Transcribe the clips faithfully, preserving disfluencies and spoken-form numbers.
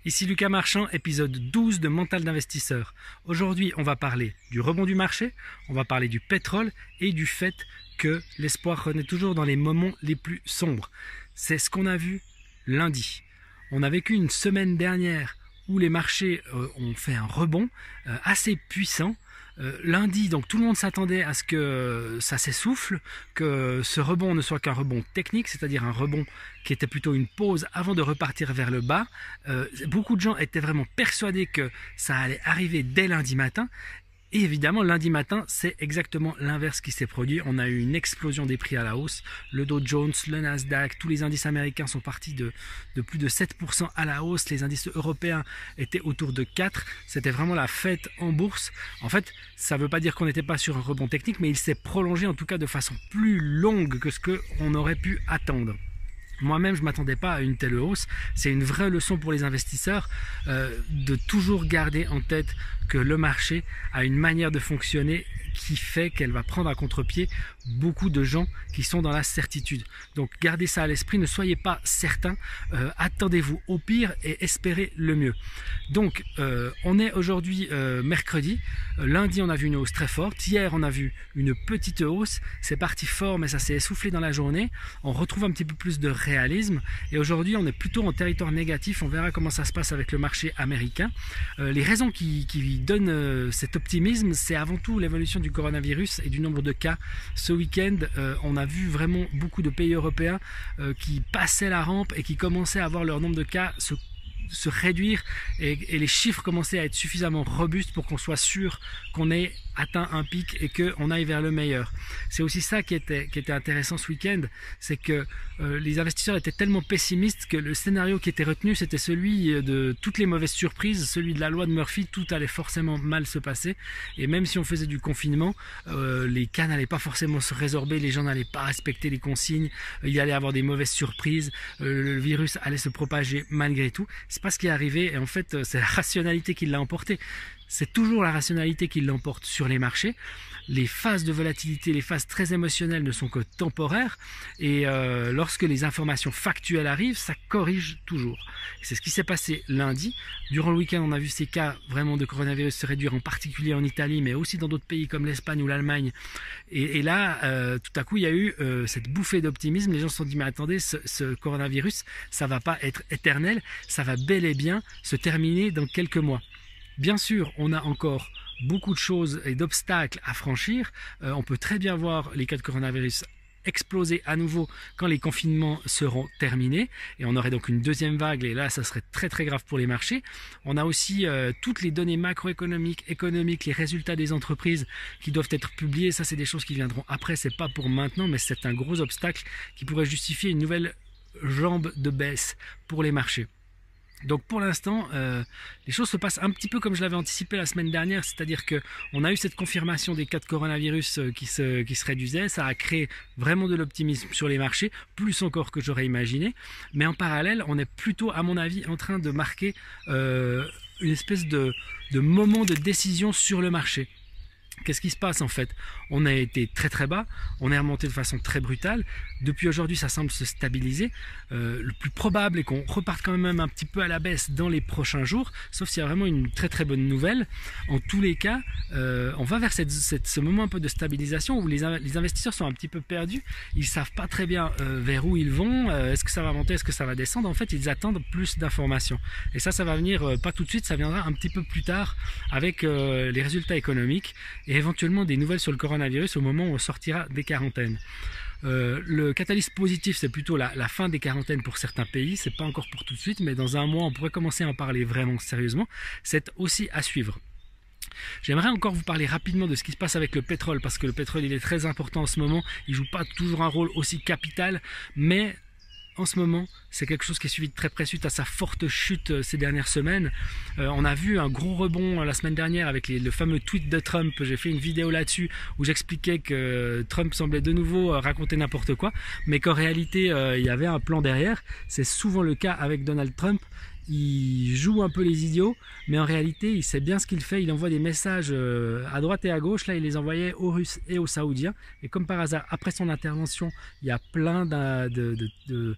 Ici Lucas Marchand, épisode douze de Mental d'investisseur. Aujourd'hui, on va parler du rebond du marché, on va parler du pétrole et du fait que l'espoir renaît toujours dans les moments les plus sombres. C'est ce qu'on a vu lundi. On a vécu une semaine dernière où les marchés euh, ont fait un rebond euh, assez puissant. Euh, lundi, donc tout le monde s'attendait à ce que ça s'essouffle, que ce rebond ne soit qu'un rebond technique, c'est-à-dire un rebond qui était plutôt une pause avant de repartir vers le bas. Euh, beaucoup de gens étaient vraiment persuadés que ça allait arriver dès lundi matin. Et évidemment, lundi matin, c'est exactement l'inverse qui s'est produit. On a eu une explosion des prix à la hausse. Le Dow Jones, le Nasdaq, tous les indices américains sont partis de, de plus de sept pour cent à la hausse. Les indices européens étaient autour de quatre pour cent. C'était vraiment la fête en bourse. En fait, ça ne veut pas dire qu'on n'était pas sur un rebond technique, mais il s'est prolongé en tout cas de façon plus longue que ce qu'on aurait pu attendre. Moi-même, je ne m'attendais pas à une telle hausse. C'est une vraie leçon pour les investisseurs euh, de toujours garder en tête que le marché a une manière de fonctionner qui fait qu'elle va prendre à contre-pied beaucoup de gens qui sont dans la certitude. Donc gardez ça à l'esprit, ne soyez pas certains, euh, attendez-vous au pire et espérez le mieux. Donc euh, on est aujourd'hui euh, mercredi, euh, lundi on a vu une hausse très forte, hier on a vu une petite hausse, c'est parti fort mais ça s'est essoufflé dans la journée, on retrouve un petit peu plus de réalisme et aujourd'hui on est plutôt en territoire négatif, on verra comment ça se passe avec le marché américain. Euh, les raisons qui, qui donnent euh, cet optimisme, c'est avant tout l'évolution du coronavirus et du nombre de cas. Ce week-end, euh, on a vu vraiment beaucoup de pays européens euh, qui passaient la rampe et qui commençaient à voir leur nombre de cas se se réduire et, et les chiffres commençaient à être suffisamment robustes pour qu'on soit sûr qu'on ait atteint un pic et qu'on aille vers le meilleur. C'est aussi ça qui était, qui était intéressant ce week-end, c'est que euh, les investisseurs étaient tellement pessimistes que le scénario qui était retenu, c'était celui de toutes les mauvaises surprises, celui de la loi de Murphy, tout allait forcément mal se passer et même si on faisait du confinement, euh, les cas n'allaient pas forcément se résorber, les gens n'allaient pas respecter les consignes, il y allait avoir des mauvaises surprises, euh, le virus allait se propager malgré tout. C'est pas ce qui est arrivé et en fait c'est la rationalité qui l'a emporté. C'est toujours la rationalité qui l'emporte sur les marchés. Les phases de volatilité, les phases très émotionnelles ne sont que temporaires et euh, lorsque les informations factuelles arrivent, ça corrige toujours. C'est ce qui s'est passé lundi. Durant le week-end, on a vu ces cas vraiment de coronavirus se réduire en particulier en Italie, mais aussi dans d'autres pays comme l'Espagne ou l'Allemagne. Et, et là, euh, tout à coup, il y a eu euh, cette bouffée d'optimisme. Les gens se sont dit, mais attendez, ce, ce coronavirus, ça va pas être éternel, ça va bel et bien se terminer dans quelques mois. Bien sûr, on a encore beaucoup de choses et d'obstacles à franchir. Euh, on peut très bien voir les cas de coronavirus exploser à nouveau quand les confinements seront terminés et on aurait donc une deuxième vague et là ça serait très très grave pour les marchés. On a aussi euh, toutes les données macroéconomiques, économiques, les résultats des entreprises qui doivent être publiés. Ça c'est des choses qui viendront après, c'est pas pour maintenant mais c'est un gros obstacle qui pourrait justifier une nouvelle jambe de baisse pour les marchés. Donc pour l'instant, euh, les choses se passent un petit peu comme je l'avais anticipé la semaine dernière, c'est-à-dire qu'on a eu cette confirmation des cas de coronavirus qui se, qui se réduisaient, ça a créé vraiment de l'optimisme sur les marchés, plus encore que j'aurais imaginé, mais en parallèle, on est plutôt, à mon avis, en train de marquer euh, une espèce de, de moment de décision sur le marché. Qu'est-ce qui se passe en fait? On a été très très bas, on est remonté de façon très brutale. Depuis aujourd'hui, ça semble se stabiliser. Euh, le plus probable est qu'on reparte quand même un petit peu à la baisse dans les prochains jours, sauf s'il y a vraiment une très très bonne nouvelle. En tous les cas, euh, on va vers cette, cette, ce moment un peu de stabilisation où les, les investisseurs sont un petit peu perdus. Ils savent pas très bien euh, vers où ils vont. Euh, est-ce que ça va monter, est-ce que ça va descendre? En fait, ils attendent plus d'informations. Et ça, ça va venir euh, pas tout de suite, ça viendra un petit peu plus tard avec euh, les résultats économiques et éventuellement des nouvelles sur le coronavirus au moment où on sortira des quarantaines. Euh, le catalyse positif, c'est plutôt la, la fin des quarantaines pour certains pays, c'est pas encore pour tout de suite, mais dans un mois on pourrait commencer à en parler vraiment sérieusement, c'est aussi à suivre. J'aimerais encore vous parler rapidement de ce qui se passe avec le pétrole, parce que le pétrole il est très important en ce moment, il joue pas toujours un rôle aussi capital, mais en ce moment, c'est quelque chose qui est suivi de très près suite à sa forte chute euh, ces dernières semaines. Euh, on a vu un gros rebond euh, la semaine dernière avec les, le fameux tweet de Trump. J'ai fait une vidéo là-dessus où j'expliquais que euh, Trump semblait de nouveau euh, raconter n'importe quoi, mais qu'en réalité, euh, il y avait un plan derrière. C'est souvent le cas avec Donald Trump. Il joue un peu les idiots, mais en réalité, il sait bien ce qu'il fait. Il envoie des messages à droite et à gauche. Là, il les envoyait aux Russes et aux Saoudiens. Et comme par hasard, après son intervention, il y a plein de, de, de,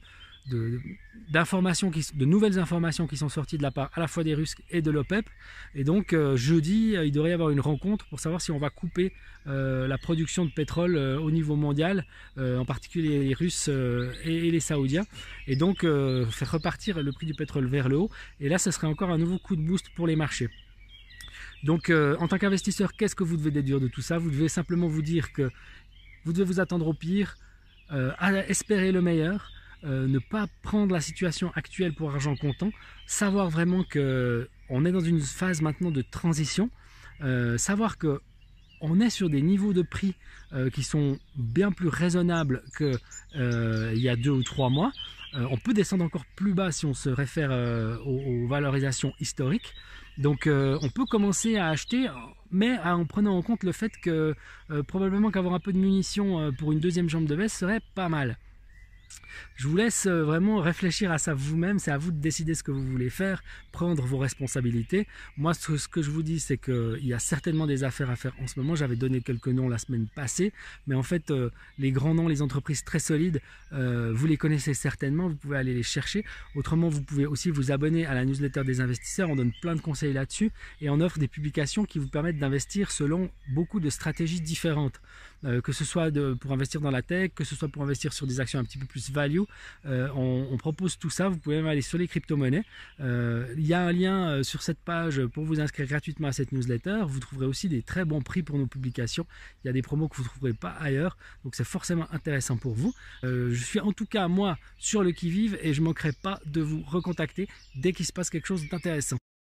de, d'informations, qui, de nouvelles informations qui sont sorties de la part à la fois des Russes et de l'OPEP. Et donc euh, jeudi, il devrait y avoir une rencontre pour savoir si on va couper euh, la production de pétrole euh, au niveau mondial, euh, en particulier les Russes euh, et, et les Saoudiens, et donc euh, faire repartir le prix du pétrole vers le haut. Et là, ce serait encore un nouveau coup de boost pour les marchés. Donc euh, en tant qu'investisseur, qu'est-ce que vous devez déduire de tout ça? Vous devez simplement vous dire que vous devez vous attendre au pire, euh, à espérer le meilleur, euh, ne pas prendre la situation actuelle pour argent comptant, savoir vraiment qu'on est dans une phase maintenant de transition, euh, savoir que on est sur des niveaux de prix euh, qui sont bien plus raisonnables qu'il euh, y a deux ou trois mois. Euh, on peut descendre encore plus bas si on se réfère euh, aux, aux valorisations historiques. Donc euh, on peut commencer à acheter, mais en prenant en compte le fait que euh, probablement qu'avoir un peu de munitions euh, pour une deuxième jambe de baisse serait pas mal. Je vous laisse vraiment réfléchir à ça vous-même, c'est à vous de décider ce que vous voulez faire, prendre vos responsabilités. Moi, ce que je vous dis, c'est qu'il y a certainement des affaires à faire en ce moment. J'avais donné quelques noms la semaine passée, mais en fait, euh, les grands noms, les entreprises très solides, euh, vous les connaissez certainement, vous pouvez aller les chercher. Autrement, vous pouvez aussi vous abonner à la newsletter des investisseurs, on donne plein de conseils là-dessus et on offre des publications qui vous permettent d'investir selon beaucoup de stratégies différentes. Euh, que ce soit de, pour investir dans la tech, que ce soit pour investir sur des actions un petit peu plus value, euh, on, on propose tout ça. Vous pouvez même aller sur les crypto-monnaies. Euh, il y a un lien euh, sur cette page pour vous inscrire gratuitement à cette newsletter. Vous trouverez aussi des très bons prix pour nos publications. Il y a des promos que vous ne trouverez pas ailleurs, donc c'est forcément intéressant pour vous. Euh, je suis en tout cas moi sur le qui-vive et je ne manquerai pas de vous recontacter dès qu'il se passe quelque chose d'intéressant.